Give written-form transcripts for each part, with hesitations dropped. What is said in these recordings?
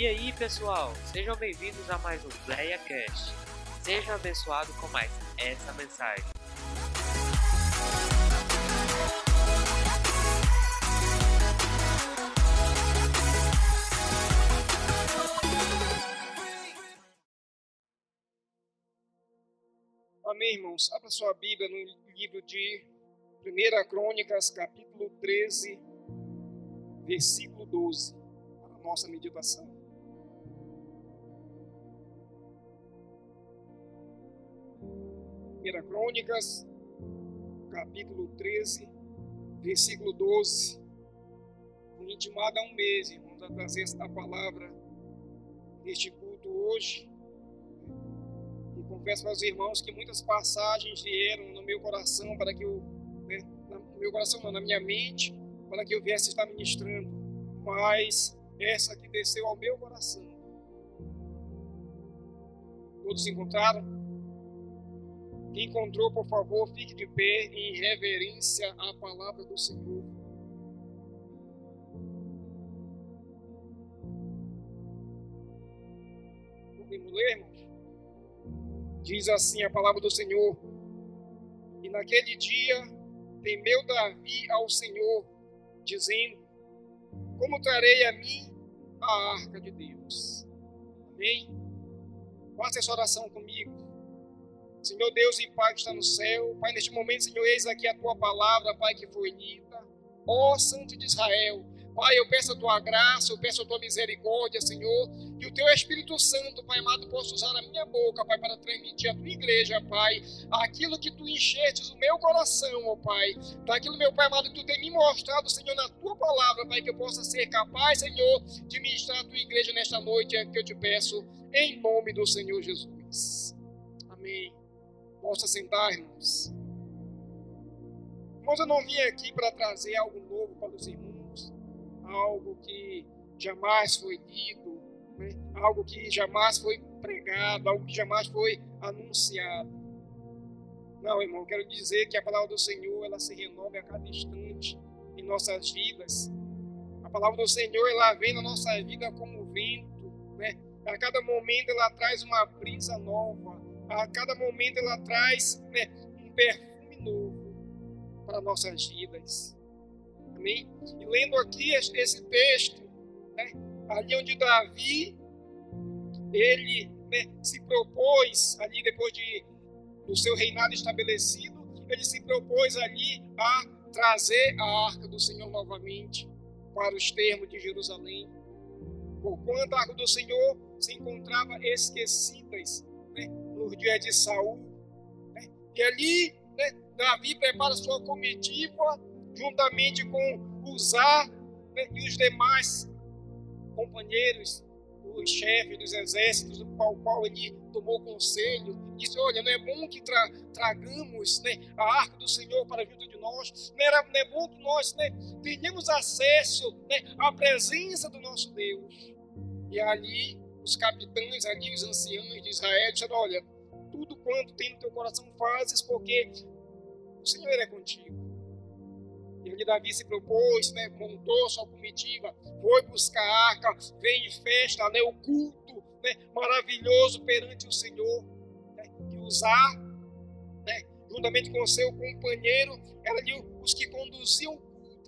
E aí, pessoal, sejam bem-vindos a mais um BleaCast. Seja abençoado com mais essa mensagem. Amém, irmãos. Abra sua Bíblia no livro de 1 Crônicas, capítulo 13, versículo 12, para a nossa meditação. 1 Crônicas, capítulo 13, versículo 12. Fui intimado há um mês, irmãos, a trazer esta palavra neste culto hoje. E confesso para os irmãos que muitas passagens vieram no meu coração para que eu, no meu coração não, na minha mente, para que eu viesse estar ministrando. Mas essa que desceu ao meu coração. Todos encontraram? Quem encontrou, por favor, fique de pé em reverência à palavra do Senhor. Podemos ler, irmãos? Diz assim a palavra do Senhor: E naquele dia temeu Davi ao Senhor, dizendo: Como trarei a mim a arca de Deus? Amém? Faça essa oração comigo. Senhor Deus e Pai que está no céu, Pai, neste momento, Senhor, eis aqui a Tua palavra, Pai, que foi lida. Ó Santo de Israel, Pai, eu peço a Tua graça, eu peço a Tua misericórdia, Senhor, e o Teu Espírito Santo, Pai amado, possa usar a minha boca, Pai, para transmitir à Tua igreja, Pai, aquilo que Tu enchestes o meu coração, ó Pai, daquilo, meu Pai amado, que Tu tem me mostrado, Senhor, na Tua palavra, Pai, que eu possa ser capaz, Senhor, de ministrar a Tua igreja nesta noite, é que eu te peço, em nome do Senhor Jesus. Amém. Possa sentar, irmãos. Irmãos, eu não vim aqui para trazer algo novo para os irmãos, algo que jamais foi dito, né? Algo que jamais foi pregado, algo que jamais foi anunciado. Não, irmão, eu quero dizer que a palavra do Senhor, ela se renova a cada instante em nossas vidas. A palavra do Senhor, ela vem na nossa vida como vento, né? A cada momento ela traz uma brisa nova. A cada momento ela traz, né, um perfume novo para nossas vidas. Amém? E lendo aqui esse texto, né, ali onde Davi, ele, né, se propôs, ali depois do seu reinado estabelecido, ele se propôs ali a trazer a arca do Senhor novamente para os termos de Jerusalém. Porquanto a arca do Senhor se encontrava esquecidas, né, nos dias de Saul, né? E ali, né, Davi prepara sua comitiva juntamente com Uzá, né, e os demais companheiros, os chefes dos exércitos, do qual ele tomou conselho. Disse: olha, não é bom que tragamos, né, a arca do Senhor para junto de nós, não é bom que nós, né, tenhamos acesso, né, à presença do nosso Deus. E ali os capitães, ali os anciãos de Israel disseram: olha, tudo quanto tem no teu coração fazes, porque o Senhor é contigo. E ali Davi se propôs, né, montou sua comitiva, foi buscar a arca, veio em festa, né, o culto, né, maravilhoso perante o Senhor, né, e Uzá, né, juntamente com o seu companheiro, eram ali os que conduziam o culto.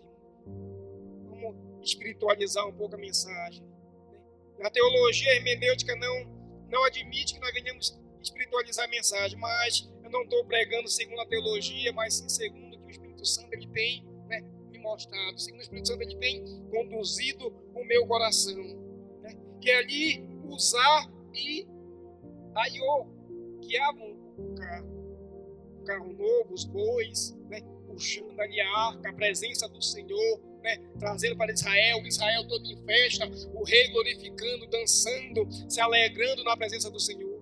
Vamos espiritualizar um pouco a mensagem. A teologia hermenêutica não admite que nós venhamos espiritualizar a mensagem, mas eu não estou pregando segundo a teologia, mas sim segundo o que o Espírito Santo ele tem, né, me mostrado, segundo o Espírito Santo ele tem conduzido o meu coração, né, que ali Uzá e Aiô guiavam o carro novo, os bois, né, puxando ali a arca, a presença do Senhor, né, trazendo para Israel todo em festa, o rei glorificando, dançando, se alegrando na presença do Senhor.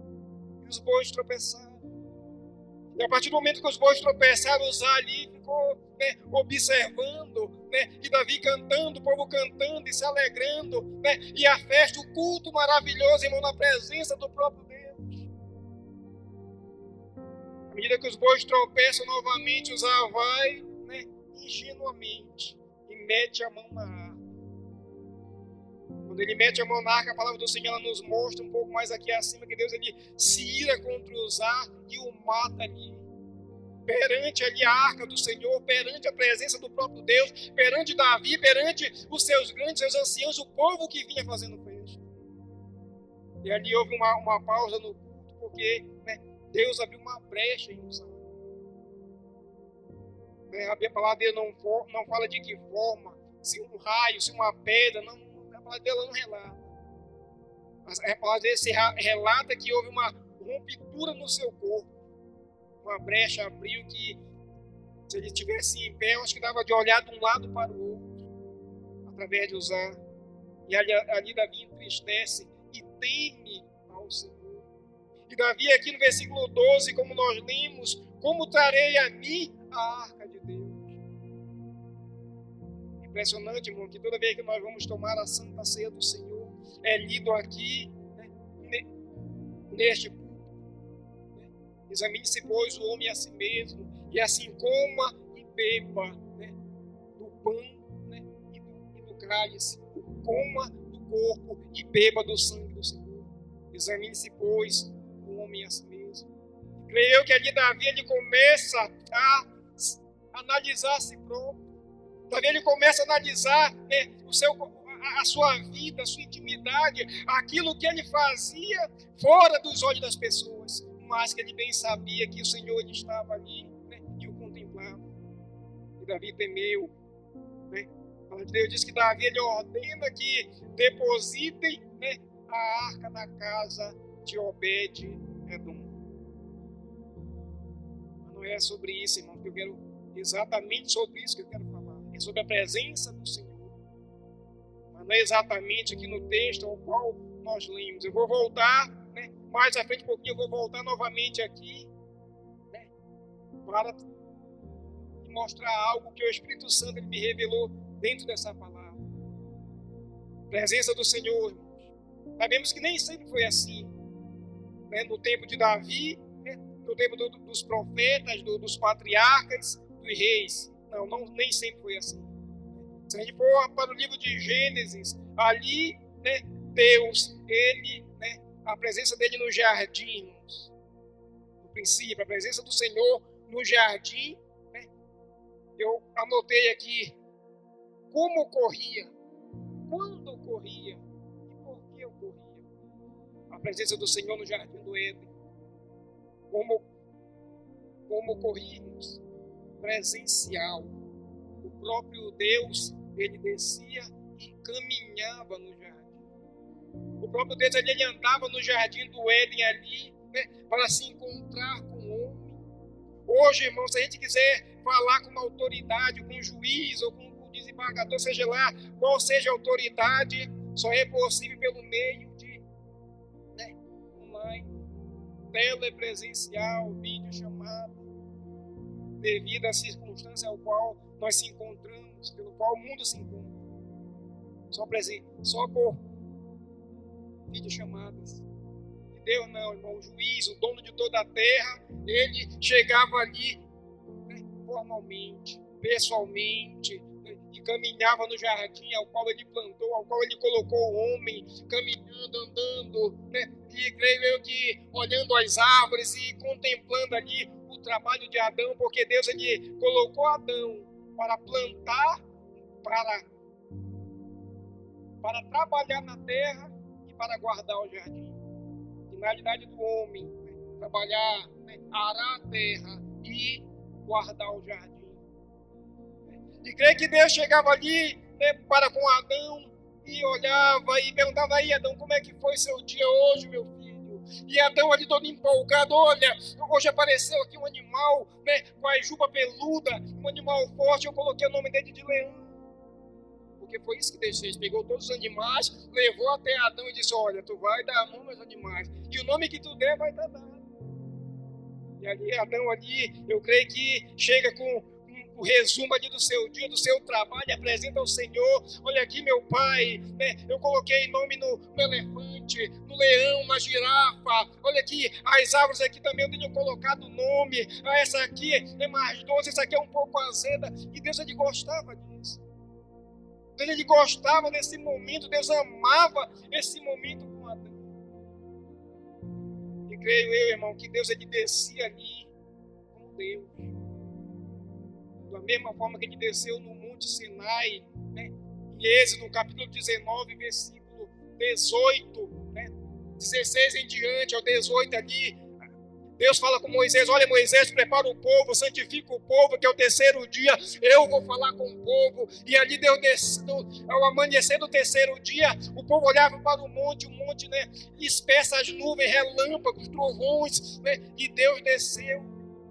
E os bois tropeçaram. E a partir do momento que os bois tropeçaram, Uzá ali ficou, né, observando, né, e Davi cantando, o povo cantando e se alegrando, né, e a festa, o culto maravilhoso, irmão, na presença do próprio Deus. À medida que os bois tropeçam novamente, Uzá vai, né, ingenuamente, e mete a mão na arca. Quando ele mete a mão na arca, a palavra do Senhor ela nos mostra um pouco mais aqui acima que Deus ele se ira contra Uzá e o mata ali. Perante ali a arca do Senhor, perante a presença do próprio Deus, perante Davi, perante os seus grandes, seus anciãos, o povo que vinha fazendo festa. E ali houve uma pausa no culto, porque Deus abriu uma brecha em Uzá. A palavra dele não fala de que forma, se um raio, se uma pedra, a palavra dele não relata. Mas a palavra dele relata que houve uma ruptura no seu corpo. Uma brecha abriu que, se ele estivesse em pé, eu acho que dava de olhar de um lado para o outro, através de Uzá. E ali Davi entristece e teme ao Senhor. E Davi aqui no versículo 12, como nós lemos, como trarei a mim a arca de Deus. Impressionante, irmão, que toda vez que nós vamos tomar a Santa Ceia do Senhor, é lido aqui, neste púlpito. Examine-se, pois, o homem a si mesmo, e assim coma e beba do pão e do cálice, coma do corpo e beba do sangue do Senhor. Examine-se, pois, o homem a si mesmo. Creio eu que ali Davi ele começa a analisar a si próprio. Davi ele começa a analisar a sua vida, a sua intimidade, aquilo que ele fazia fora dos olhos das pessoas. Mas que ele bem sabia que o Senhor ele estava ali e o contemplava. E Davi temeu. A palavra de Deus diz que Davi ele ordena que depositem a arca na casa de Obed-Edom. Mas não é sobre isso, irmão, que eu quero, exatamente sobre isso que eu quero falar. É sobre a presença do Senhor. Mas não é exatamente aqui no texto ao qual nós lemos. Eu vou voltar. Mais à frente um pouquinho eu vou voltar novamente aqui para mostrar algo que o Espírito Santo ele me revelou dentro dessa palavra. Presença do Senhor, irmãos. Sabemos que nem sempre foi assim. No tempo de Davi, no tempo dos profetas, dos patriarcas, dos reis. Não, nem sempre foi assim. Se a gente for para o livro de Gênesis, ali, Deus, ele... a presença dele no jardim, irmãos. No princípio, a presença do Senhor no jardim. Eu anotei aqui como ocorria, quando ocorria e por que ocorria. A presença do Senhor no jardim do Éden. Como ocorria, irmãos? Presencial. O próprio Deus, ele descia e caminhava no jardim. O próprio Deus ele andava no jardim do Éden ali, para se encontrar com o homem. Hoje, irmão, se a gente quiser falar com uma autoridade, com um juiz ou com um desembargador, seja lá qual seja a autoridade, só é possível pelo meio de online, telepresencial, videochamada, devido à circunstância ao qual nós se encontramos, pelo qual o mundo se encontra. Só por videochamadas. E Deus não, irmão, o juiz, o dono de toda a terra, ele chegava ali formalmente, pessoalmente, e caminhava no jardim ao qual ele plantou, ao qual ele colocou o homem, caminhando, andando, e creio eu que olhando as árvores e contemplando ali o trabalho de Adão, porque Deus ele colocou Adão para plantar, para trabalhar na terra, para guardar o jardim. Finalidade do homem, trabalhar, arar a terra e guardar o jardim. E creio que Deus chegava ali para com Adão e olhava e perguntava: aí Adão, como é que foi seu dia hoje, meu filho? E Adão ali todo empolgado: olha, hoje apareceu aqui um animal com a juba peluda, um animal forte, eu coloquei o nome dele de leão. Porque foi isso que Deus fez, pegou todos os animais, levou até Adão e disse: olha, tu vai dar nome aos animais, e o nome que tu der vai estar dado. E ali Adão ali, eu creio que chega com o resumo ali do seu dia, do seu trabalho, e apresenta ao Senhor: olha aqui meu pai, eu coloquei nome no elefante, no leão, na girafa, olha aqui, as árvores aqui também eu tenho colocado o nome, essa aqui é mais doce, essa aqui é um pouco azeda, e Deus ele gostava disso. Deus, ele gostava desse momento, Deus amava esse momento com Adão. E creio eu, irmão, que Deus ele descia ali como Deus. Da mesma forma que ele desceu no Monte Sinai, né? Em Êxodo, capítulo 19, versículo 18, né? 16 em diante, ao 18 ali, Deus fala com Moisés: olha, Moisés, prepara o povo, santifica o povo, que é o terceiro dia eu vou falar com o povo. E ali Deus desceu, ao amanhecer do terceiro dia, o povo olhava para o monte, né, espessa as nuvens, relâmpagos, trovões, né, e Deus desceu.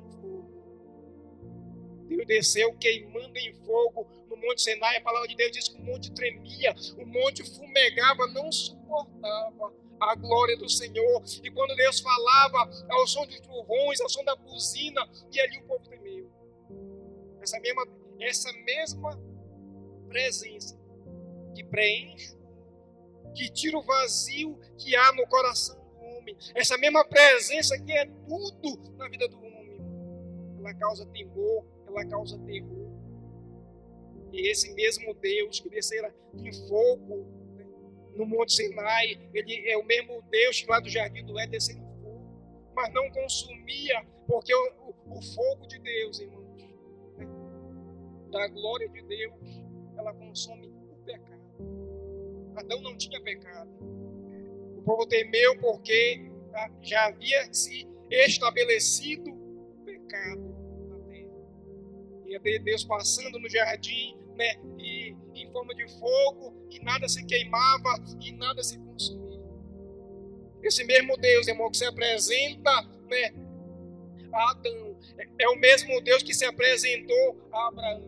Deus desceu queimando em fogo no Monte Sinai. A palavra de Deus diz que o monte tremia, o monte fumegava, não suportava a glória do Senhor. E quando Deus falava, ao som dos trovões, ao som da buzina, e ali o povo tremeu. Essa mesma presença que preenche, que tira o vazio que há no coração do homem, essa mesma presença que é tudo na vida do homem, ela causa temor, ela causa terror. E esse mesmo Deus que descera em fogo, né, no Monte Sinai, ele é o mesmo Deus que lá do Jardim do Éden desceu em fogo, mas não consumia, porque o fogo de Deus, irmãos, né, da glória de Deus, ela consome o pecado. Adão não tinha pecado. O povo temeu porque já havia se estabelecido o pecado. E Deus passando no jardim, né, e em forma de fogo, e nada se queimava e nada se consumia. Esse mesmo Deus, irmão, que se apresenta, né, a Adão, é o mesmo Deus que se apresentou a Abraão.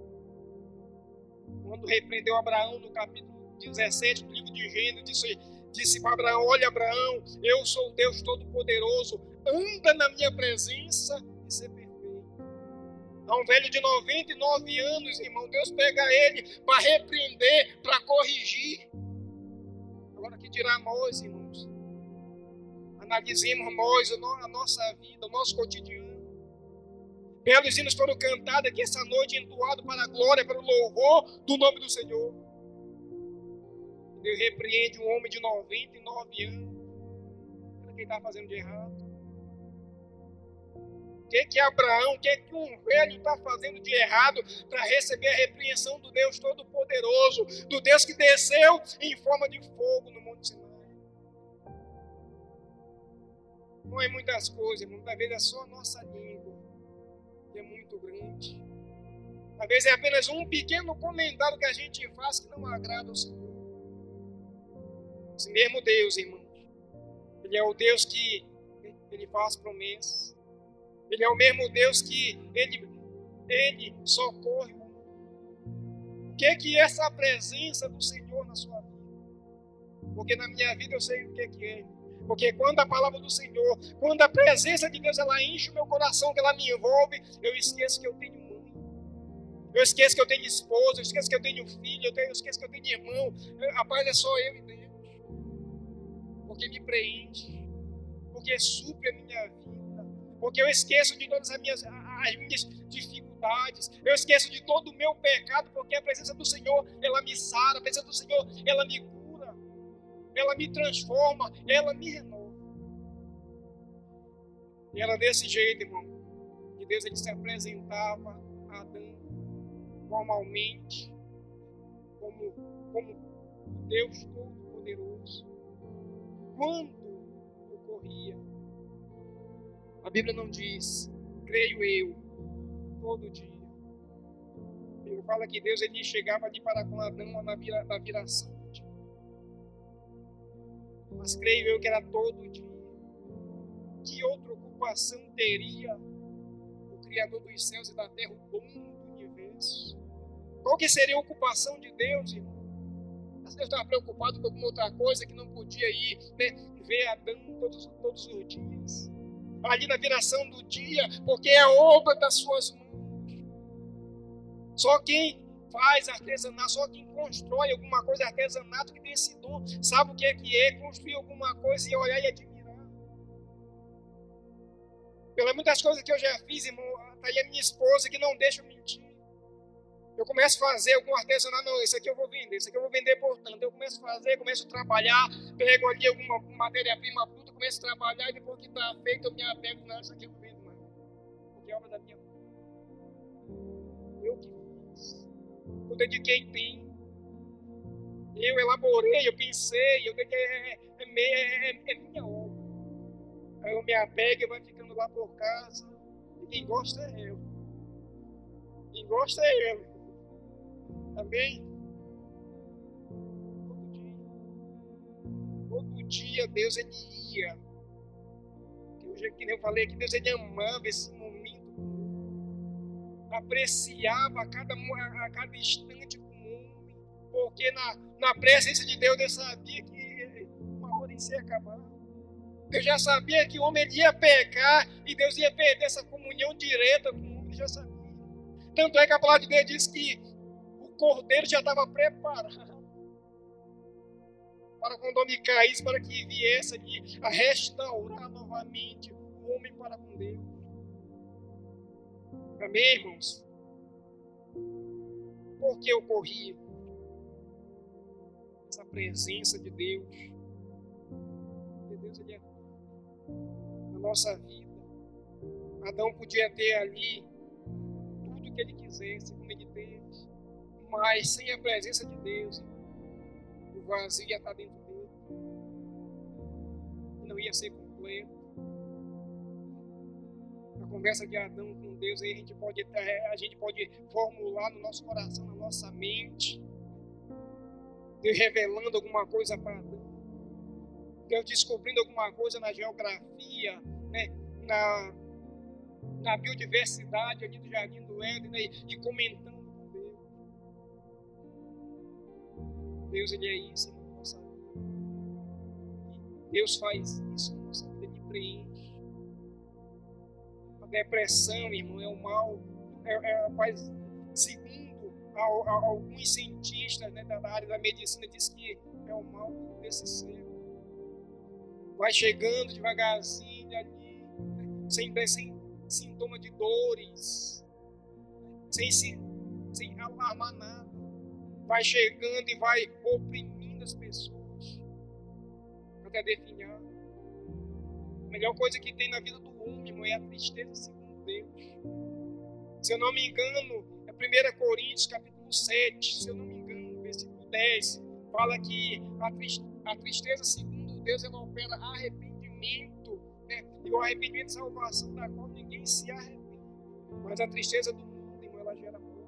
Quando repreendeu Abraão no capítulo 17 do livro de Gênesis, disse para Abraão: olha, Abraão, eu sou o Deus Todo-Poderoso, anda na minha presença e ser perfeito. A um velho de 99 anos, irmão, Deus pega ele para repreender, para corrigir. Agora que dirá nós, irmãos? Analisemos nós, a nossa vida, o nosso cotidiano. Belos hinos foram cantados aqui essa noite, entoados para a glória, para o louvor do nome do Senhor. Deus repreende um homem de 99 anos. O que ele está fazendo de errado? O que Abraão, o que um velho está fazendo de errado para receber a repreensão do Deus Todo-Poderoso, do Deus que desceu em forma de fogo no Monte Sinai? Não é muitas coisas, muitas vezes é só a nossa língua, que é muito grande. Às vezes é apenas um pequeno comentário que a gente faz que não agrada ao Senhor. Esse mesmo Deus, irmãos, Ele é o Deus que Ele faz promessas. Ele é o mesmo Deus que Ele socorre. O que é essa presença do Senhor na sua vida? Porque na minha vida eu sei o que é. Porque quando a palavra do Senhor, quando a presença de Deus, ela enche o meu coração, que ela me envolve, eu esqueço que eu tenho mãe. Eu esqueço que eu tenho esposa, eu esqueço que eu tenho filho, eu esqueço que eu tenho irmão. Rapaz, é só eu e Deus. Porque me preenche. Porque supre a minha vida. Porque eu esqueço de todas as minhas dificuldades. Eu esqueço de todo o meu pecado, porque a presença do Senhor, ela me sara. A presença do Senhor, ela me cura. Ela me transforma. Ela me renova. E era desse jeito, irmão, que Deus ele se apresentava a Adão formalmente como Deus Todo-Poderoso. Quando ocorria? A Bíblia não diz, creio eu, todo dia. Ele fala que Deus ele chegava ali para com Adão na viração do dia. Mas creio eu que era todo dia. Que outra ocupação teria o Criador dos céus e da terra, o dono do universo? Qual que seria a ocupação de Deus, irmão? Mas Deus estava preocupado com alguma outra coisa que não podia ir, né, ver Adão todos os dias. Ali na viração do dia, porque é obra das suas mãos. Só quem faz artesanato, só quem constrói alguma coisa artesanato que tem esse dom, sabe o que é construir alguma coisa e olhar e admirar. Pelas muitas coisas que eu já fiz, irmão, tá aí a minha esposa que não deixa eu mentir. Eu começo a fazer algum artesanato, não, esse aqui eu vou vender, esse aqui eu vou vender por tanto. Eu começo a fazer, começo a trabalhar, pego ali alguma matéria-prima bruta, começo a trabalhar e depois que está feito eu me apego, não, isso aqui eu não vendo mais. Porque é obra da minha mão. Eu que fiz. Eu dediquei tempo. Eu elaborei, eu pensei, eu dediquei, é minha obra. Aí eu me apego e vai ficando lá por casa. E quem gosta é eu. Quem gosta é ele. Amém? Todo dia Deus ele ia. Que nem eu falei aqui, Deus ele amava esse momento. Apreciava a cada instante com o homem. Porque na presença de Deus, Deus sabia que uma hora isso ia acabar. Deus já sabia que o homem ele ia pecar e Deus ia perder essa comunhão direta com o homem, já sabia. Tanto é que a palavra de Deus diz que o cordeiro já estava preparado para quando o homem caísse, para que viesse ali a restaurar novamente o homem para com Deus. Amém, irmãos? Por que eu corri? Essa presença de Deus. Porque Deus ele é na nossa vida. Adão podia ter ali tudo que ele quisesse, como ele teve, mas sem a presença de Deus, o vazio ia estar dentro dele e não ia ser completo. A conversa de Adão com Deus aí a gente pode formular no nosso coração, na nossa mente, Deus revelando alguma coisa para Adão, Deus descobrindo alguma coisa na geografia, né? na biodiversidade ali do Jardim do Éden, né? E comentando com Deus. Deus ele é isso na nossa vida. Deus faz isso na nossa vida, ele preenche. A depressão, irmão, é o mal, segundo alguns cientistas, né, da área da medicina, diz que é o mal desse ser. Vai chegando devagarzinho ali, sem sintoma de dores, sem alarmar nada. Vai chegando e vai oprimindo as pessoas até definhar. A melhor coisa que tem na vida do homem, irmão, é a tristeza segundo Deus. Se eu não me engano, é 1 Coríntios capítulo 7, se eu não me engano, versículo 10, fala que a tristeza segundo Deus ela opera arrependimento, né? E o arrependimento é salvação da qual ninguém se arrepende. Mas a tristeza do mundo, irmão, ela gera morte.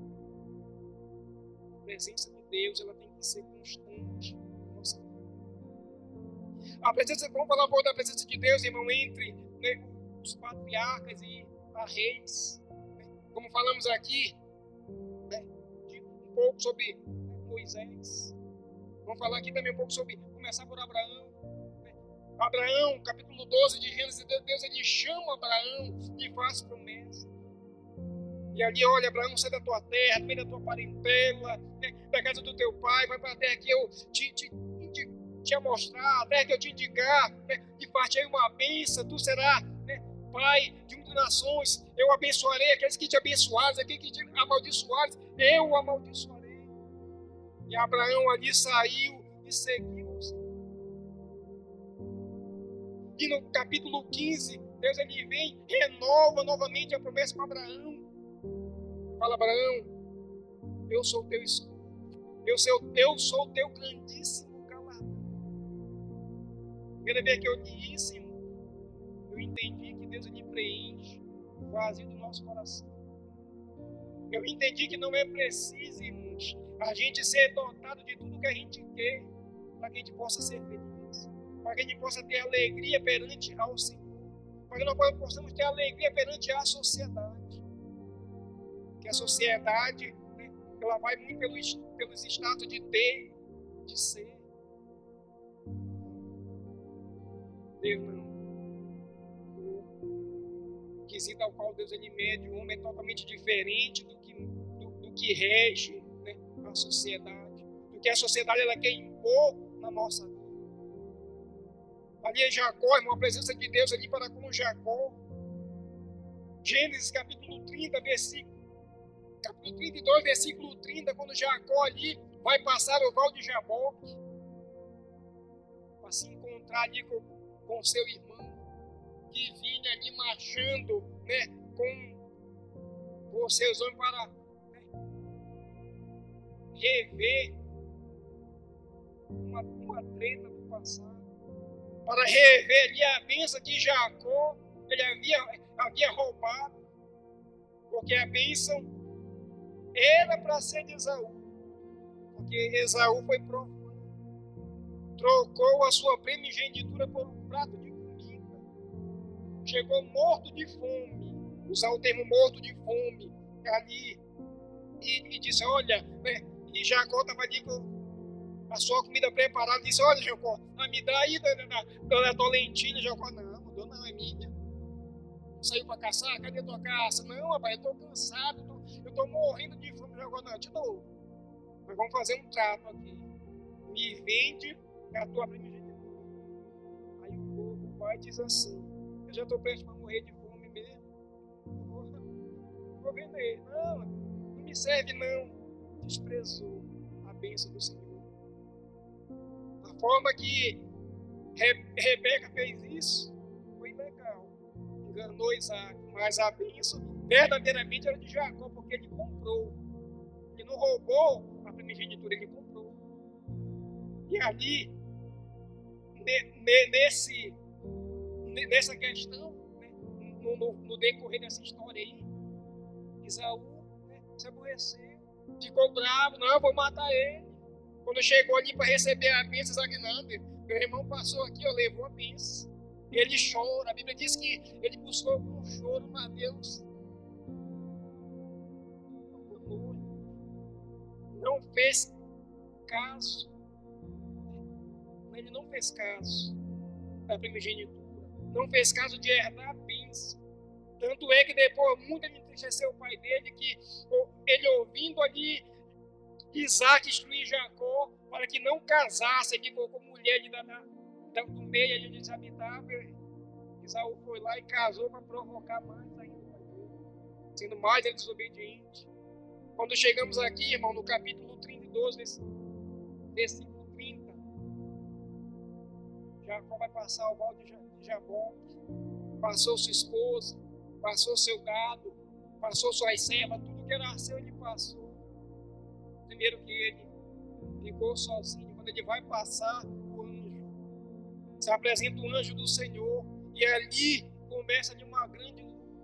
A presença de Deus ela tem que ser constante na nossa vida. A presença, vamos falar um pouco da presença de Deus, irmão, entre, né, os patriarcas e a reis. Né? Como falamos aqui, né, um pouco sobre Moisés. Vamos falar aqui também um pouco sobre, começar por Abraão. Né? Abraão, capítulo 12 de Gênesis, Deus ele chama Abraão e faz promessa. E ali, olha, Abraão, sai da tua terra, vem da tua parentela, né, da casa do teu pai, vai para a terra que eu te mostrar, a terra que eu te indicar, né, e partirei uma bênção, tu serás, né, pai de muitas nações, eu abençoarei aqueles que te abençoaram, aqueles que te amaldiçoaram, eu amaldiçoarei. E Abraão ali saiu e seguiu o Senhor. E no capítulo 15, Deus ele vem, renova novamente a promessa para Abraão. Fala, Abraão, eu sou o teu escudo, eu sou o teu grandíssimo galardão. Primeira vez que eu li isso, irmão, eu entendi que Deus ele preenche o vazio do nosso coração. Eu entendi que não é preciso, irmãos, a gente ser dotado de tudo que a gente quer para que a gente possa ser feliz, para que a gente possa ter alegria perante ao Senhor, para que nós possamos ter alegria perante a sociedade. Que a sociedade, né, ela vai muito pelos status de ter, de ser. Deus não. O quesito ao qual Deus ele mede o homem é totalmente diferente do que rege, né, a sociedade, do que a sociedade ela quer impor na nossa vida. Ali é Jacó, irmão, a presença de Deus ali para com Jacó. Gênesis capítulo 30, versículo capítulo 32, versículo 30, quando Jacó ali vai passar o val de Jaboque, para se encontrar ali com seu irmão, que vinha ali marchando, né, com os seus homens para, né, rever uma treta do passado, para rever ali a bênção que Jacó ele havia roubado, porque a bênção era para ser de Esaú, porque Esaú foi profano, trocou a sua primogenitura por um prato de comida, chegou morto de fome, usar o termo morto de fome ali, e disse, olha, né, e Jacó estava ali com a sua comida preparada, disse, olha, Jacó, me dá aí da tua lentilha. Jacó, não, é minha. Saiu para caçar, cadê a tua caça? Não, rapaz, eu estou cansado, eu estou morrendo de fome. Jacó, não, te dou. Mas vamos fazer um trato aqui. Me vende a tua primogenitura. Aí o pai diz assim, eu já estou prestes para morrer de fome mesmo. Vou vender. Não me serve não. Desprezou a bênção do Senhor. A forma que Rebeca fez isso foi legal. Enganou Isaac, mas a bênção verdadeiramente era de Jacó, porque ele comprou. Ele não roubou a primogenitura, ele comprou. E ali, nessa questão, né, no decorrer dessa história aí, Esaú, né, se aborreceu, ficou bravo, não, eu vou matar ele. Quando chegou ali para receber a bênção, Isaac, não, meu irmão passou aqui, levou a bênção. Ele chora, a Bíblia diz que ele buscou com choro, mas Deus não fez caso. Ele não fez caso da primogenitura, não fez caso de herdar a bênção. Tanto é que depois muito ele entristeceu o pai dele, que ele ouvindo ali Isaac instruir Jacó para que não casasse ali com mulher do meio ali onde eles habitavam. Esaú foi lá e casou para provocar mais ainda o pai dele, sendo mais ele desobediente. Quando chegamos aqui, irmão, no capítulo 32, versículo 30, Jacó vai passar o val de Jaboque, passou sua esposa, passou seu gado, passou suas servas, tudo que era seu ele passou. Primeiro que ele ficou sozinho, quando ele vai passar, o anjo se apresenta, o anjo do Senhor, e ali começa ali uma grande luta,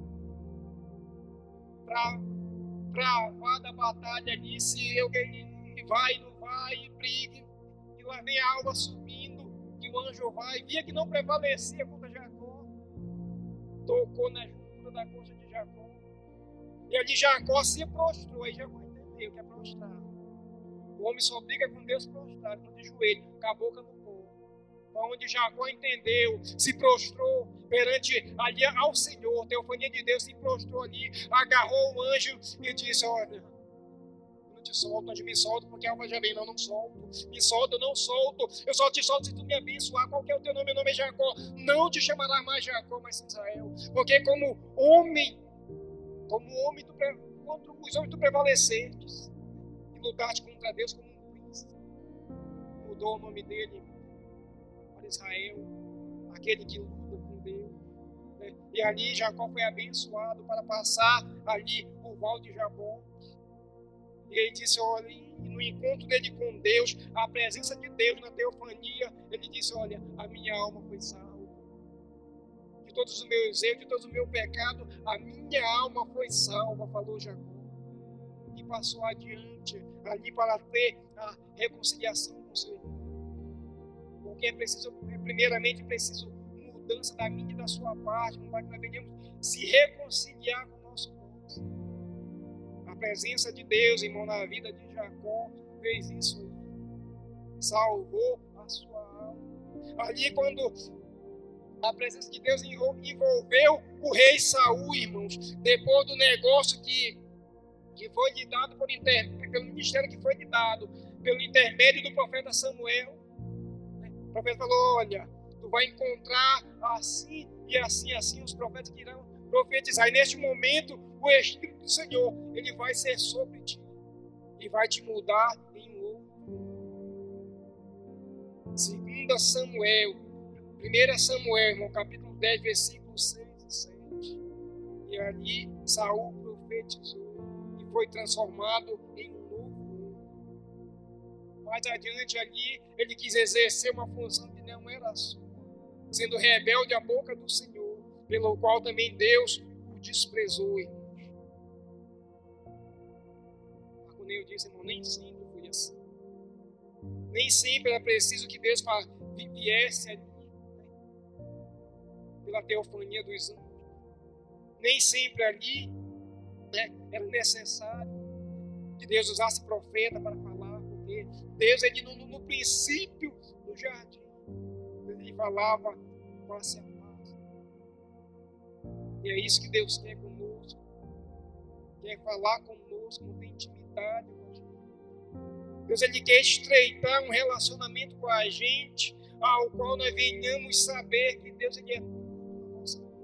travada a batalha ali, se alguém vai, não vai, briga, e lá vem a alva subindo, e o anjo vai, via que não prevalecia contra Jacó, tocou na juntura da coxa de Jacó, e ali Jacó se prostrou, aí Jacó entendeu que é prostrar. O homem só briga com Deus prostrado, não de joelho, com a boca no povo. Onde Jacó entendeu, se prostrou perante ali ao Senhor, teofania de Deus, se prostrou ali, agarrou o anjo e disse, olha, eu não te solto, onde me solto, porque a alma já vem, não solto, me solto, eu não solto, eu só te solto se tu me abençoar. Qual que é o teu nome? Meu nome é Jacó, não te chamará mais Jacó, mas Israel, porque como homem contra os homens tu prevalecestes e lutaste contra Deus como um príncipe. Mudou o nome dele para Israel, aquele que luta com Deus, né? E ali Jacó foi abençoado para passar ali o val de Jaboque. E ele disse, olha, no encontro dele com Deus, a presença de Deus na teofania, ele disse, olha, a minha alma foi salva. De todos os meus erros, de todo o meu pecado, a minha alma foi salva, falou Jacó. E passou adiante, ali para ter a reconciliação com o seu irmão. Porque primeiramente preciso mudança da minha e da sua parte, para que nós venhamos se reconciliar com o nosso próximo. A presença de Deus, irmão, na vida de Jacó, fez isso aí. Salvou a sua alma. Ali quando a presença de Deus envolveu o rei Saul, irmãos, depois do negócio que foi lhe dado pelo ministério que foi lhe dado, pelo intermédio do profeta Samuel. O profeta falou, olha, tu vai encontrar assim e assim, assim, os profetas que irão profetizar. E neste momento, o Espírito do Senhor, ele vai ser sobre ti e vai te mudar em um outro. 2 Samuel, 1 Samuel, irmão, capítulo 10, versículos 6 e 7. E ali Saul profetizou e foi transformado em um novo homem. Mais adiante ali, ele quis exercer uma função que não era sua, sendo rebelde à boca do Senhor, pelo qual também Deus o desprezou, irmãos. Mas quando eu disse, irmão, nem sempre foi assim. Nem sempre era preciso que Deus viesse ali, pela teofania dos anjos. Nem sempre ali era necessário que Deus usasse profeta para falar, porque Deus, ele no princípio do jardim, ele falava face a face. E é isso que Deus quer conosco. Quer falar conosco, tem intimidade com a gente. Deus, ele quer estreitar um relacionamento com a gente, ao qual nós venhamos saber que Deus, ele é tudo na nossa vida.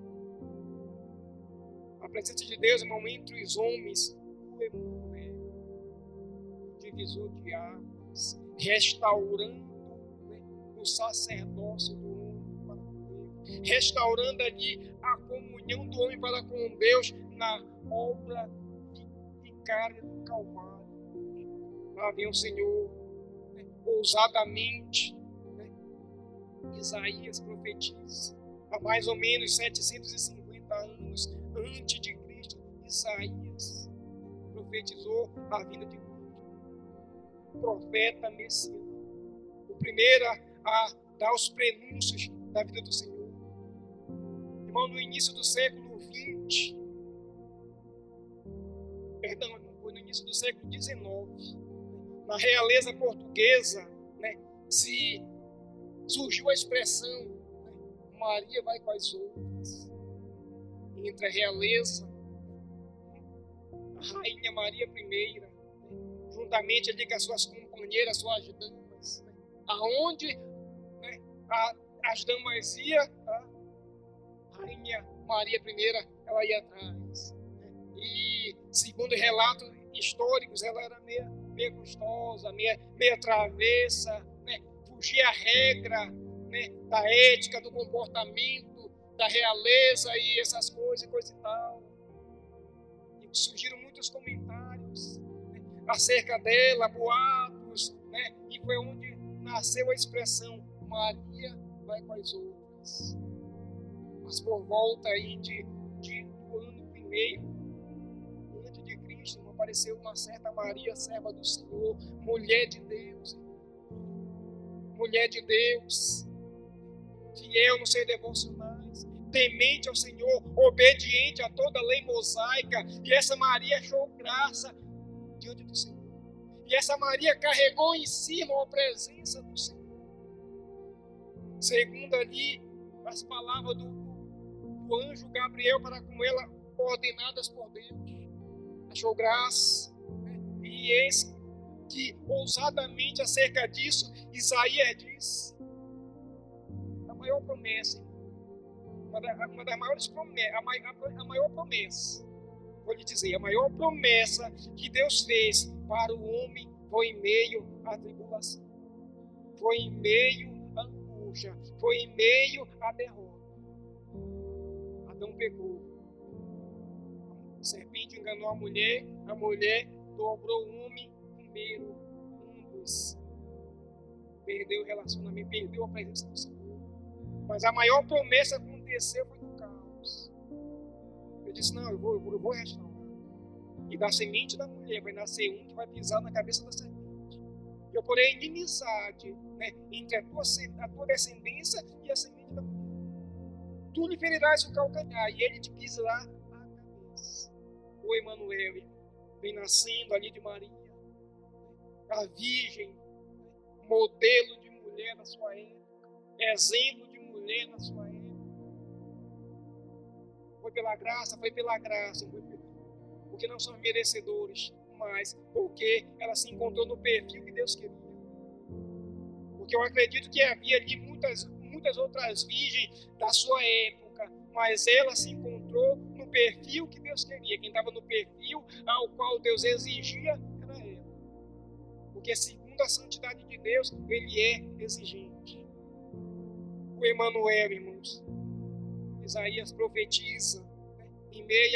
A presença de Deus, irmão, entre os homens, o Emmanuel, o divisor de águas, restaurando o sacerdócio do homem para com Deus, restaurando ali a comunhão do homem para com Deus na obra vicária do Calvário. Lá vem o Senhor, ousadamente, Isaías profetiza, há mais ou menos 750 anos antes de Cristo, Isaías profetizou a vinda de Cristo. Profeta messiânico, o primeiro a dar os prenúncios da vida do Senhor. Irmão, no início do século XX, foi no início do século XIX, na realeza portuguesa, surgiu a expressão, Maria vai com as outras. Entre a realeza, a rainha Maria I, juntamente ali com as suas companheiras, suas damas, aonde as damas iam, a rainha Maria I, ela ia atrás. E segundo relatos históricos, ela era meio gostosa, meia travessa, fugia à regra, da ética, do comportamento, da realeza e essas coisas, coisa e tal. E surgiram muitos comentários acerca dela, boatos, e foi onde nasceu a expressão Maria vai com as outras. Mas por volta aí do ano primeiro, antes de Cristo, apareceu uma certa Maria, serva do Senhor, mulher de Deus, fiel nos seus devocionais, temente ao Senhor, obediente a toda a lei mosaica. E essa Maria achou graça diante do Senhor. E essa Maria carregou em si a presença do Senhor. Segundo ali as palavras do anjo Gabriel para com ela, ordenadas por Deus. Achou graça. E eis que ousadamente acerca disso, Isaías diz a maior promessa, uma das maiores promessas, a maior promessa, vou lhe dizer, a maior promessa que Deus fez para o homem foi em meio à tribulação, foi em meio à angústia, foi em meio à derrota. Adão pecou, a serpente enganou a mulher dobrou o homem, primeiro, perdeu o relacionamento, perdeu a presença do Senhor. Mas a maior promessa aconteceu foi no caos. Eu disse, não, eu vou restaurar. E da semente da mulher vai nascer um que vai pisar na cabeça da serpente. Eu porei inimizade, entre a tua descendência e a semente da mulher. Tu lhe ferirás o calcanhar e ele te pisará a cabeça. O Emmanuel vem nascendo ali de Maria, a virgem, modelo de mulher na sua época, exemplo de mulher na sua época. Foi pela graça, porque não somos merecedores, mas porque ela se encontrou no perfil que Deus queria. Porque eu acredito que havia ali muitas outras virgens da sua época, mas ela se encontrou perfil que Deus queria, quem estava no perfil ao qual Deus exigia, era ela. Porque segundo a santidade de Deus, ele é exigente. O Emanuel, irmãos, Isaías profetiza, né, em meio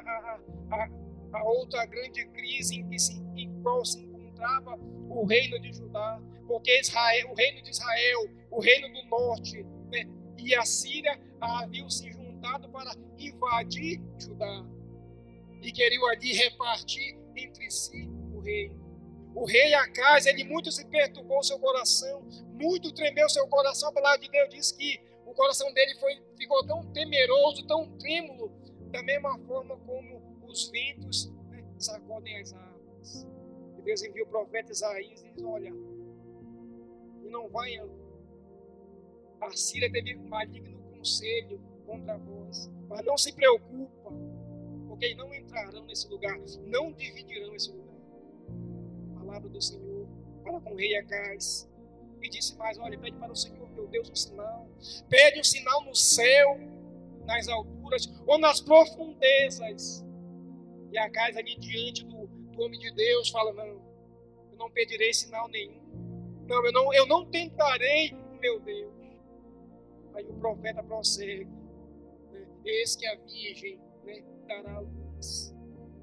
a outra grande crise em qual se encontrava o reino de Judá, porque o reino de Israel, o reino do norte, né, e a Síria haviam se juntado para invadir Judá e queriam ali repartir entre si o reino. O rei Acaz, ele muito se perturbou seu coração, muito tremeu seu coração. A palavra de Deus diz que o coração dele ficou tão temeroso, tão trêmulo, da mesma forma como os ventos, né, sacodem as árvores. E Deus envia o profeta Isaías e diz: olha, não vai, a Síria teve um maligno conselho contra vós, mas não se preocupa, porque não entrarão nesse lugar, não dividirão esse lugar. A palavra do Senhor para com o rei Acaz. E disse mais: olha, pede para o Senhor teu Deus um sinal, pede um sinal no céu, nas alturas ou nas profundezas. E Acaz ali diante do homem de Deus fala: não, eu não pedirei sinal nenhum, não, eu não tentarei o meu Deus. Aí o profeta prossegue, né, eis que a virgem, né, dará a luz.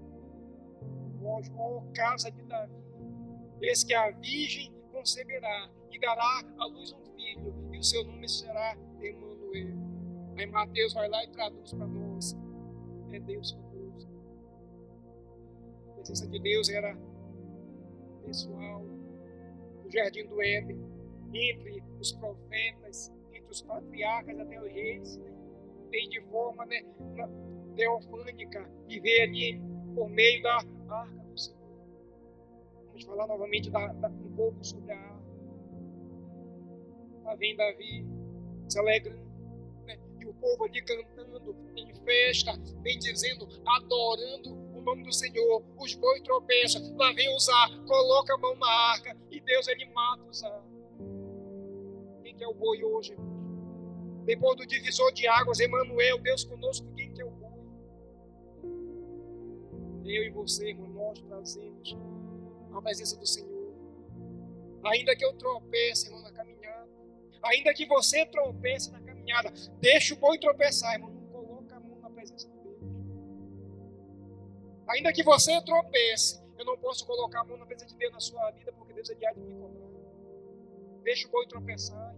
Ó casa de Davi, eis que a virgem conceberá e dará à luz um filho, e o seu nome será Emanuel. Aí Mateus vai lá e traduz para nós: é Deus conosco. A presença de Deus era pessoal no jardim do Éden, entre os profetas, entre os patriarcas até os reis, né? Tem de forma, né, teofânica, e vê ali por meio da arca do Senhor. Vamos falar novamente um pouco sobre a arca. Lá vem Davi se alegrando, né? E o povo ali cantando em festa, bem dizendo, adorando o nome do Senhor. Os bois tropeçam, lá vem Uzá, coloca a mão na arca e Deus ele mata Uzá. Quem que é o boi hoje, irmãos? Depois do divisor de águas, Emanuel, Deus conosco, quem que é o boi? Eu e você, irmão, nós trazemos a presença do Senhor. Ainda que eu tropece, irmão, na caminhada, ainda que você tropece na caminhada, deixa o boi tropeçar, irmão, não coloca a mão na presença de Deus. Ainda que você tropece, eu não posso colocar a mão na presença de Deus na sua vida, porque Deus é de me cobrar. Deixa o boi tropeçar.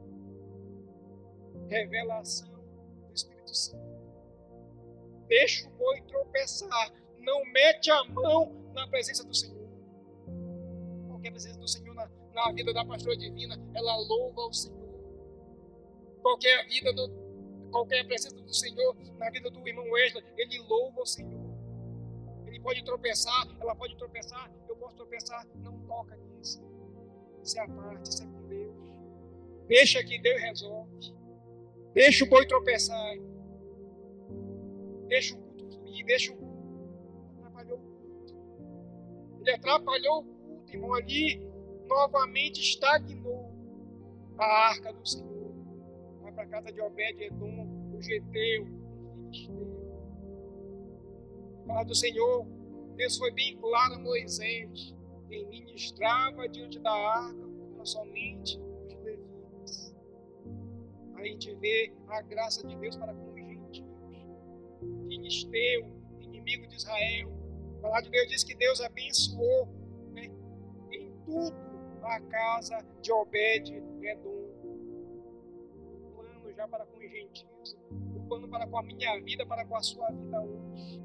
Revelação do Espírito Santo. Deixa o boi tropeçar. Não mete a mão na presença do Senhor. Porque a presença do Senhor na vida da pastora Divina, ela louva o Senhor. Qualquer presença do Senhor na vida do irmão Wesley, ele louva o Senhor. Ele pode tropeçar, ela pode tropeçar, eu posso tropeçar, não toca nisso. Isso é a parte, isso é com Deus. Deixa que Deus resolve. Deixa o boi tropeçar. Deixa o culto fluir, atrapalhou o culto. Ele atrapalhou o culto, irmão, ali novamente estagnou a arca do Senhor. Vai para a casa de Obed-Edom, o geteu, o filisteu. A palavra do Senhor, Deus foi bem claro a Moisés: quem ministrava diante da arca não somente os levitas. Aí a gente vê a graça de Deus para com os gentios. Filisteu, inimigo de Israel. A palavra de Deus diz que Deus abençoou, né, em tudo a casa de Obed-Edom. O plano já para com os gentios, o plano para com a minha vida, para com a sua vida hoje.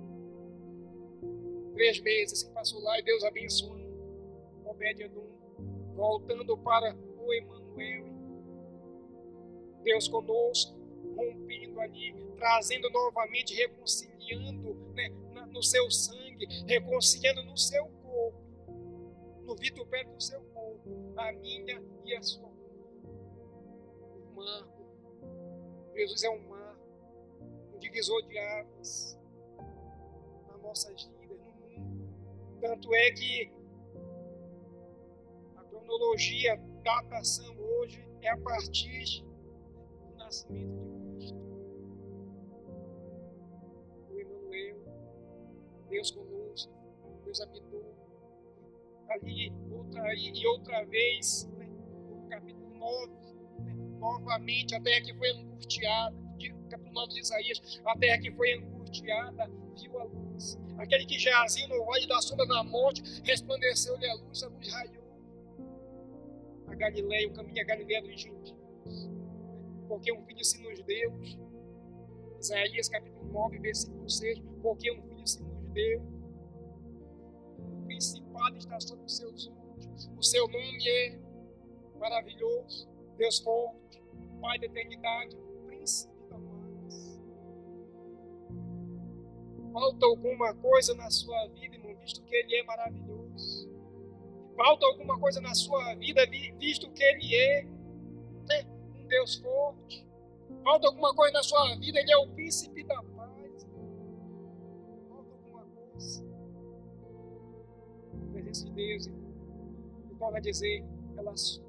3 meses que passou lá e Deus abençoando Obed-Edom, voltando para o Emanuel. Deus conosco, rompendo ali, trazendo novamente, reconciliando, né, no seu sangue, reconciliando no seu corpo, no vitupério do seu corpo, a minha e a sua. Um marco. Jesus é um marco, um divisor de águas nas nossas vidas, no mundo. Tanto é que a cronologia, datação hoje é a partir do nascimento de Cristo. O Emanuel, Deus habitou. Ali, outra vez, né, no capítulo 9, né, novamente, a terra que foi angustiada, capítulo 9 de Isaías, a terra que foi angustiada, viu a luz. Aquele que jazia no vale da sombra da morte, resplandeceu-lhe a luz raiou. A Galileia, o caminho a Galileia dos gentios, porque um filho se nos deu. Isaías capítulo 9, versículo 6, porque um filho se nos deu, o principado está sobre os seus ombros, o seu nome é maravilhoso, Deus forte, Pai da eternidade, príncipe da paz. Falta alguma coisa na sua vida, irmão, visto que Ele é maravilhoso? Falta alguma coisa na sua vida, visto que Ele é, né, um Deus forte? Falta alguma coisa na sua vida, Ele é o príncipe da paz. Falta alguma coisa. A presença de Deus, eu torno a dizer, ela supre,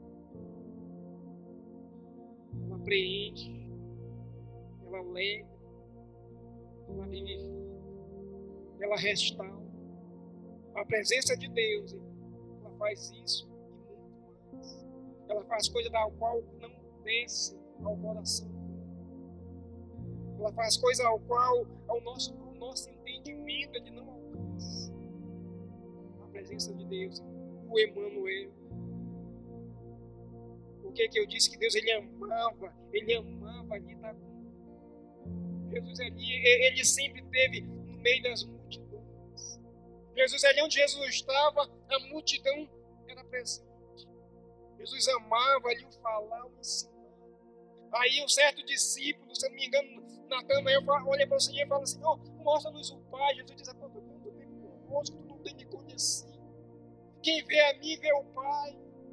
ela preenche, ela lembra, ela vivifica, ela restaura. A presença de Deus, ela faz isso e muito mais. Ela faz coisa da qual não desce ao coração. Ela faz coisa ao qual o nosso entendimento ele não alcança. A presença de Deus, o Emmanuel. Por que eu disse que Deus ele amava ali estar com Jesus ali, ele sempre esteve no meio das multidões. Jesus ali onde Jesus estava, a multidão era presente. Jesus amava ali o falar, o ensinar. Aí um certo discípulo, se eu não me engano, Natanael olha para o Senhor e fala assim, mostra-nos o Pai. Jesus diz, quanto tempo convosco, tu não tem me conhecido. Quem vê a mim, vê o Pai.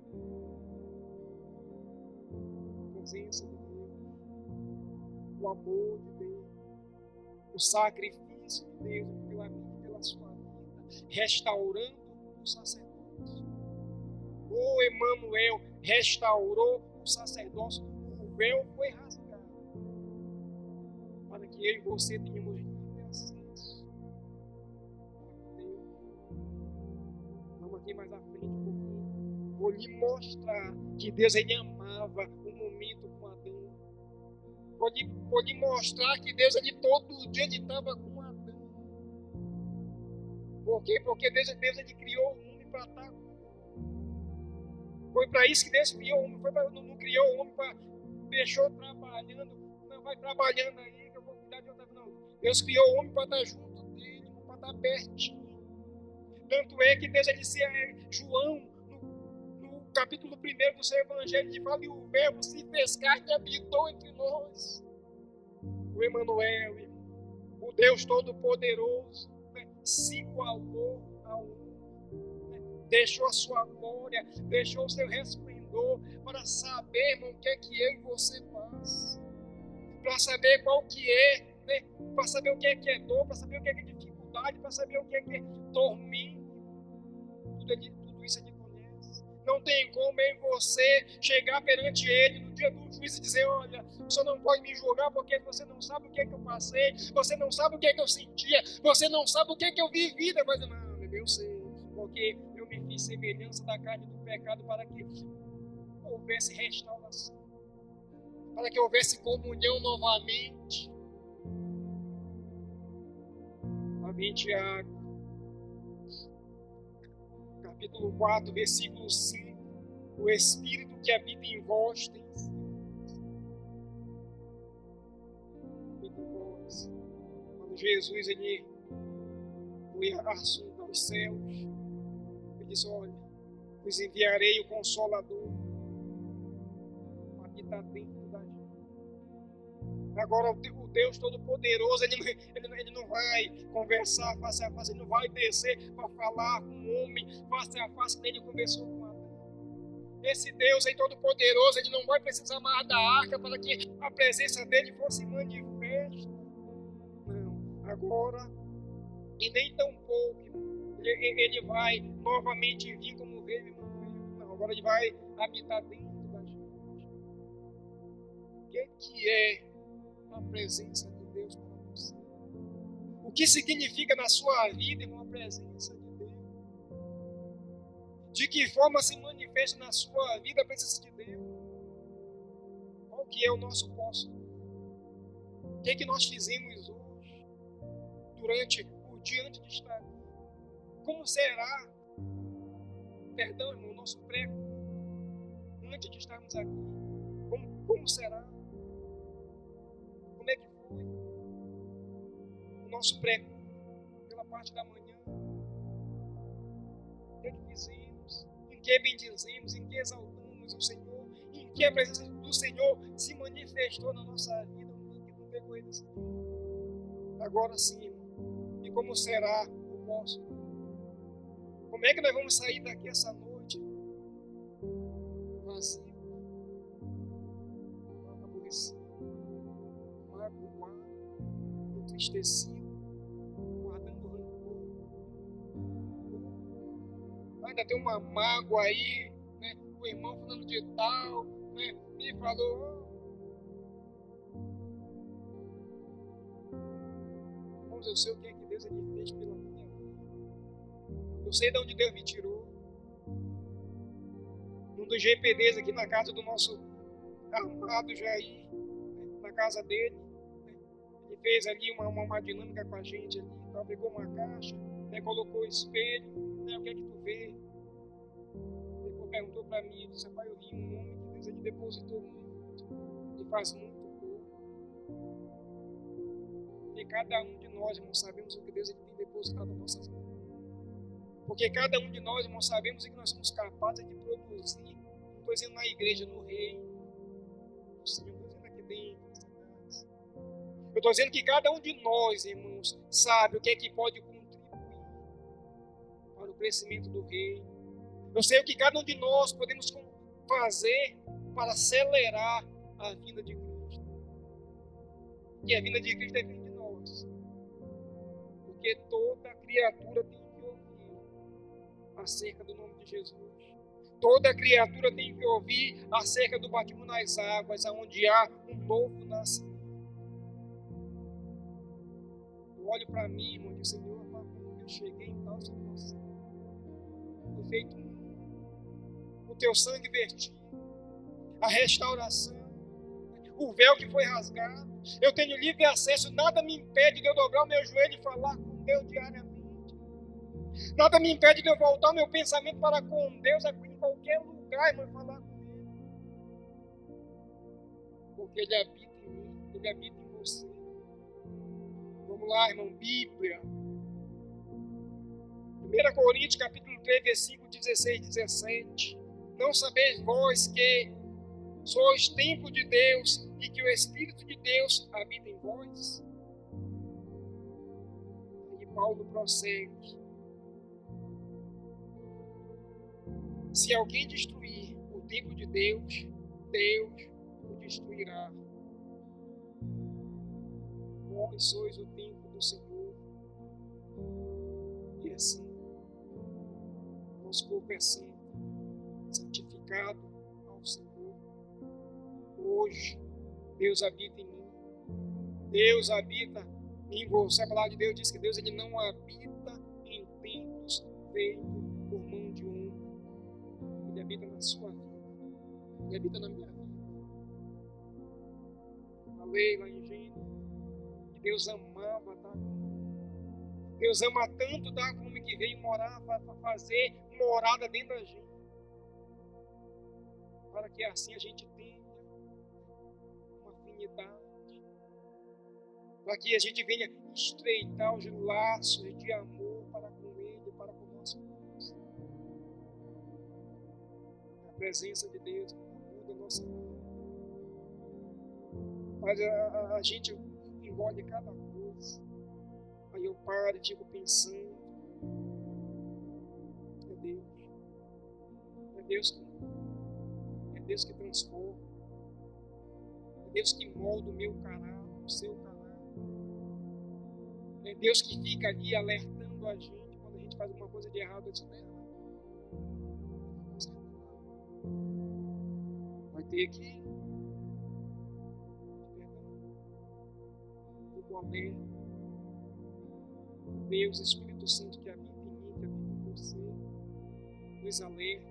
A presença de Deus, o amor de Deus, o sacrifício de Deus pela minha e pela sua vida, restaurando o sacerdócio. O Emmanuel restaurou o sacerdócio. O véu foi rasgado para que eu e você tenhamos livre acesso a Deus. Vamos aqui mais à frente um pouquinho. Vou lhe mostrar que Deus ele amava o momento com Adão. Vou lhe mostrar que Deus ele todo dia ele estava com Adão. Por quê? Porque Deus ele criou o homem para estar com. Foi para isso que Deus criou o homem. Não criou o homem para deixou trabalhando, não vai trabalhando aí, que eu vou cuidar de outra. Não. Deus criou o homem para estar junto dele, para estar pertinho. Tanto é que Deus disse João, no capítulo 1 do seu evangelho, ele fala, e o verbo se fez carne e habitou entre nós. O Emmanuel, o Deus Todo-Poderoso, né, se igualou ao homem, né, deixou a sua glória, deixou o seu resplendor, para saber, irmão, o que é que eu e você faz, para saber qual que é, né? Para saber o que é dor, para saber o que é dificuldade, para saber o que é tormento. Tudo isso ele conhece. Não tem como eu e você chegar perante ele no dia do juízo e dizer, olha, o senhor não pode me julgar porque você não sabe o que é que eu passei, você não sabe o que é que eu sentia, você não sabe o que é que eu vivi. Mas não, eu sei, porque eu me fiz semelhança da carne do pecado para que houvesse restauração, para que houvesse comunhão novamente. Amém, Tiago, capítulo 4, versículo 5. O Espírito que habita em vós tem vós. Quando Jesus ele foi assunto aos céus, ele disse, olha, vos enviarei o Consolador, está dentro da gente. Agora o Deus Todo-Poderoso ele não vai conversar face a face, ele não vai descer para falar com o homem face a face, nem ele conversou com Adão. Esse Deus aí Todo-Poderoso ele não vai precisar mais da arca para que a presença dele fosse manifesta. Não, agora e nem tão pouco ele vai novamente vir como veio. Não, agora ele vai habitar dentro. O que é a presença de Deus para você? O que significa na sua vida, irmão, a presença de Deus? De que forma se manifesta na sua vida a presença de Deus? Qual que é o nosso posto? O que é que nós fizemos hoje, durante o dia antes de estar aqui? Como será, perdão, irmão, o nosso prego antes de estarmos aqui? Como será? Como é que foi o nosso prego pela parte da manhã? O que é que fizemos? Em que bendizemos? Em que exaltamos o Senhor? Em que a presença do Senhor se manifestou na nossa vida no decorrer desse dia? Agora sim, irmão. E como será o nosso? Como é que nós vamos sair daqui essa noite? Vazio, aborrecido, magoado, entristecido, guardando rancor. Ainda tem uma mágoa aí, né? O irmão falando de tal, né? Me falou. Irmãos, eu sei o que é que Deus ele fez pela minha vida. Eu sei de onde Deus me tirou. Num dos GPDs aqui na casa do nosso amado Jair, né? Na casa dele. Né? Ele fez ali uma dinâmica com a gente ali, então, pegou uma caixa, né? Colocou o espelho, né? O que é que tu vê? Ele perguntou para mim, ele disse, pai, eu vi um homem que Deus ele depositou muito e faz muito pouco. E cada um de nós, irmãos, sabemos o que Deus ele tem depositado nas nossas vidas. Porque cada um de nós, irmãos, sabemos o que nós somos capazes de produzir. Não estou dizendo na igreja, no reino. Não estou dizendo aqui dentro, nessa casa. Eu estou dizendo que cada um de nós, irmãos, sabe o que é que pode contribuir para o crescimento do reino. Eu sei o que cada um de nós podemos fazer para acelerar a vinda de Cristo. E a vinda de Cristo é vinda de nós. Porque toda criatura tem que ouvir acerca do nome de Jesus. Toda criatura tem que ouvir acerca do batismo nas águas, onde há um novo nascimento. Eu olho para mim, irmão, e digo, Senhor, como eu cheguei em tal situação. Foi feito o teu sangue vertido, a restauração, o véu que foi rasgado. Eu tenho livre acesso, nada me impede de eu dobrar o meu joelho e falar com Deus diariamente. Nada me impede de eu voltar o meu pensamento para com Deus em qualquer lugar, irmão, e falar com Ele. Porque Ele habita em mim, Ele habita em você. Vamos lá, irmão, Bíblia. 1 Coríntios, capítulo 3, versículo 16 e 17. Não sabeis vós que sois templo de Deus e que o Espírito de Deus habita em vós? E Paulo prossegue. Se alguém destruir o templo de Deus, Deus o destruirá. Vós sois o templo do Senhor. E assim, nosso corpo é santo, santificado ao Senhor. Hoje, Deus habita em mim. Deus habita em você. A palavra de Deus diz que Deus ele não habita em templos feitos por mão de homem. Ele habita na sua vida. Ele habita na minha vida. Falei lá em Gênesis que Deus amava estar comigo. Deus ama tanto dar como que veio morar para fazer morada dentro da gente. Para que assim a gente tenha uma afinidade. Para que a gente venha estreitar os laços de amor para com Ele, para com o nosso Deus. A presença de Deus muda a nossa vida. Mas a gente engole cada coisa. Aí eu paro e fico pensando. É Deus. É Deus que muda. É Deus que transforma. É Deus que molda o meu caráter, o seu caráter. É Deus que fica ali alertando a gente quando a gente faz alguma coisa de errado. Isso não é errado. Vai ter que o alerta. Deus, Espírito Santo que habita em mim, que habita em você, nos alerta.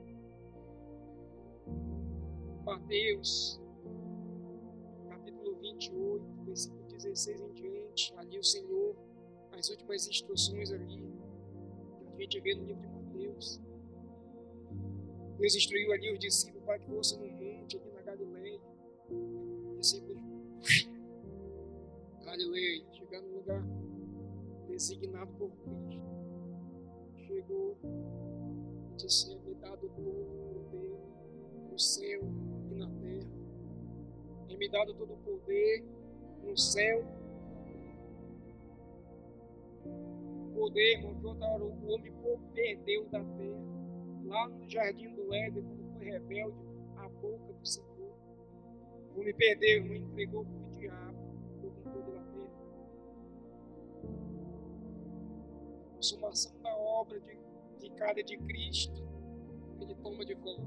Mateus, capítulo 28, versículo 16 em diante, ali o Senhor, as últimas instruções ali, que a gente vê no livro de Mateus. Deus instruiu ali os discípulos para que fossem no monte, aqui na Galileia. Discípulos, Galileia, chegando no lugar designado por Cristo. Chegou e disse: é-me dado todo o poder no céu e na terra. É-me dado todo o poder no céu. O poder, irmão, que outra hora o homem perdeu da terra. Lá no jardim do Éden, quando foi rebelde, a boca do Senhor. O homem perdeu, irmão, entregou para o diabo o controle da terra. A consumação da obra de cada de Cristo, ele toma de volta.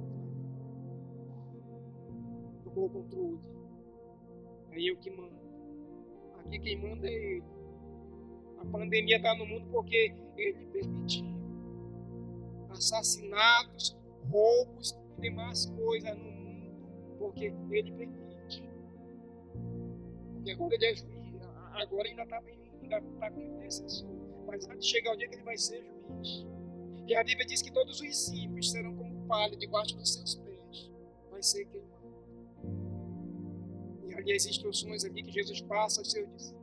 Tomou o controle. É eu que mando. Aqui quem manda é Ele. A pandemia está no mundo porque Ele permitiu. Assassinatos, roubos e demais coisas no mundo porque Ele permite. Porque agora Ele é juiz. Agora ainda está com intenção. Mas antes de chegar o dia que Ele vai ser juiz. E a Bíblia diz que todos os simples serão como palha debaixo dos seus pés. Vai ser queimado. E ali as instruções ali que Jesus passa aos seus discípulos.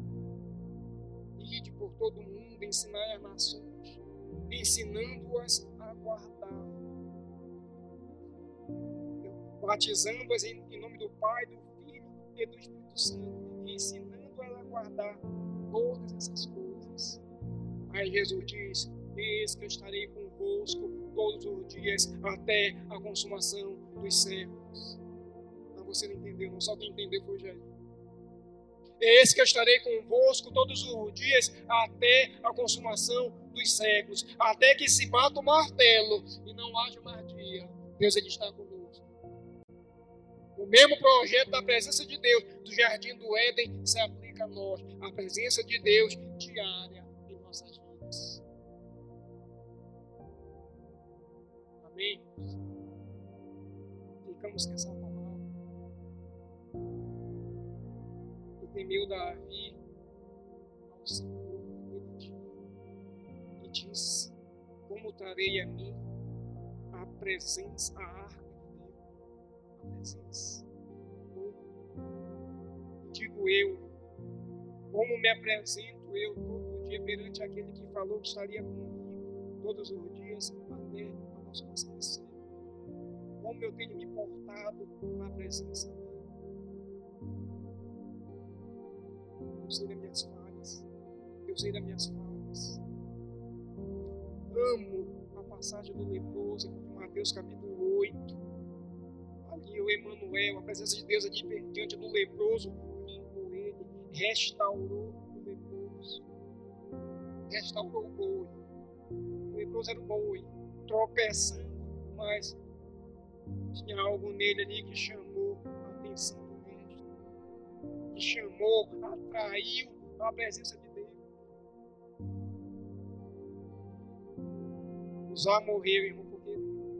Ide por todo o mundo, ensinar as nações, ensinando-as a guardar. Batizando-as em nome do Pai, do Filho e do Espírito Santo. E ensinando-as a guardar todas essas coisas. Aí Jesus diz: eis que eu estarei convosco todos os dias até a consumação dos séculos. Mas você não entendeu, não. Só quem entendeu foi o Jair. Eis que eu estarei convosco todos os dias até a consumação dos séculos. Até que se bata o martelo e não haja mais dia. Deus, Ele está conosco. O mesmo projeto da presença de Deus do Jardim do Éden se aplica a nós. A presença de Deus diária em nossas vidas. Amém? Ficamos com essa palavra. E temeu Davi ao Senhor naquele dia. E disse: como trarei a mim a presença, a arca de Deus, a presença. Digo eu, como me apresento eu todo dia perante aquele que falou que estaria comigo todos os dias até a consumação do céu. Como eu tenho me portado na presença dele. Eu sei das minhas falhas. Eu sei das minhas faltas. Amo a passagem do leproso em Mateus capítulo 8. Ali o Emanuel, a presença de Deus ali diante do leproso, limpou ele, restaurou o leproso. Restaurou o boi. O leproso era o boi, tropeçando, mas tinha algo nele ali que chamou a atenção do mestre, que chamou, atraiu a presença de Deus. Uzá morreu, irmão, porque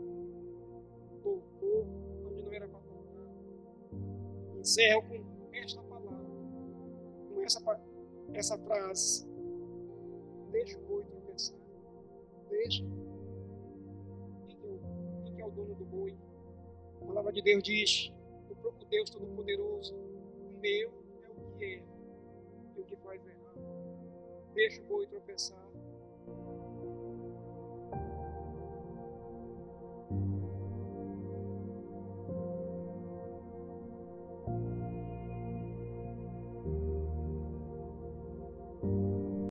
tocou onde não era para tocar. Encerro com esta palavra, com essa frase: deixa o boi tropeçar. Deixa. Quem que é o dono do boi? A palavra de Deus diz: o próprio Deus Todo-Poderoso, o meu é o que é e o que faz errado. Deixa o boi tropeçar.